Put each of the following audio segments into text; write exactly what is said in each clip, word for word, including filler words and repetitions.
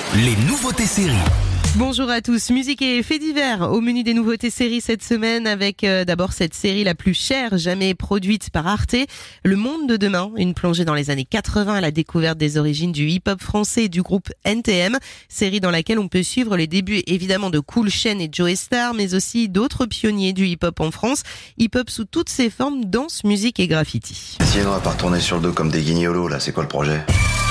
les nouveautés séries. Bonjour à tous, musique et faits divers au menu des nouveautés séries cette semaine avec euh, d'abord cette série la plus chère jamais produite par Arte, Le Monde de Demain, une plongée dans les années quatre-vingts à la découverte des origines du hip-hop français et du groupe N T M, série dans laquelle on peut suivre les débuts évidemment de Cool Chain et Joey Starr, mais aussi d'autres pionniers du hip-hop en France, hip-hop sous toutes ses formes, danse, musique et graffiti. Sinon, on va pas retourner sur le dos comme des guignolos, là, c'est quoi le projet ?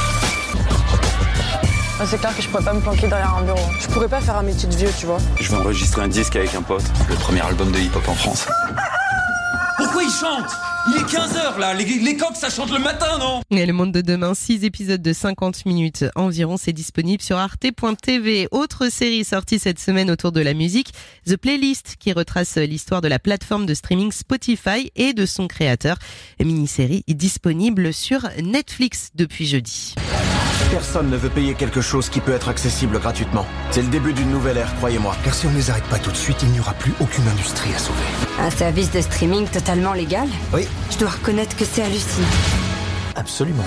C'est clair que je pourrais pas me planquer derrière un bureau. Je pourrais pas faire un métier de vieux, tu vois. Je vais enregistrer un disque avec un pote. Le premier album de hip-hop en France. Pourquoi il chante ? Il est quinze heures là, les, les coqs ça chante le matin, non ? Et Le Monde de Demain, six épisodes de cinquante minutes environ, c'est disponible sur arte point t v. Autre série sortie cette semaine autour de la musique, The Playlist, qui retrace l'histoire de la plateforme de streaming Spotify et de son créateur. Mini-série disponible sur Netflix depuis jeudi. Personne ne veut payer quelque chose qui peut être accessible gratuitement. C'est le début d'une nouvelle ère, croyez-moi. Car si on ne les arrête pas tout de suite, il n'y aura plus aucune industrie à sauver. Un service de streaming totalement légal ? Oui. Je dois reconnaître que c'est hallucinant. Absolument.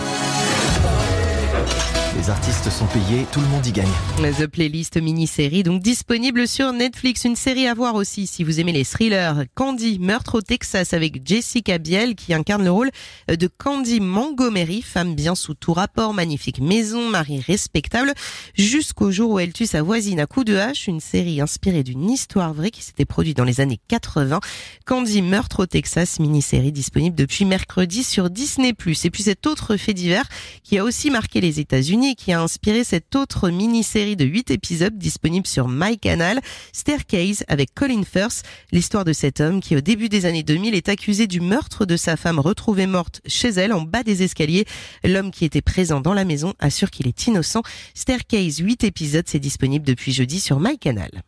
Les artistes sont payés, tout le monde y gagne. The Playlist mini-série, donc disponible sur Netflix. Une série à voir aussi si vous aimez les thrillers. Candy, Meurtre au Texas avec Jessica Biel qui incarne le rôle de Candy Montgomery, femme bien sous tout rapport, magnifique maison, mari respectable, jusqu'au jour où elle tue sa voisine à coups de hache. Une série inspirée d'une histoire vraie qui s'était produite dans les années quatre-vingts. Candy, Meurtre au Texas, mini-série disponible depuis mercredi sur Disney plus. Et puis cet autre fait divers qui a aussi marqué les États-Unis et qui a inspiré cette autre mini-série de huit épisodes disponible sur MyCanal, Staircase avec Colin Firth, l'histoire de cet homme qui au début des années deux mille est accusé du meurtre de sa femme retrouvée morte chez elle en bas des escaliers. L'homme qui était présent dans la maison assure qu'il est innocent. Staircase, huit épisodes, c'est disponible depuis jeudi sur MyCanal.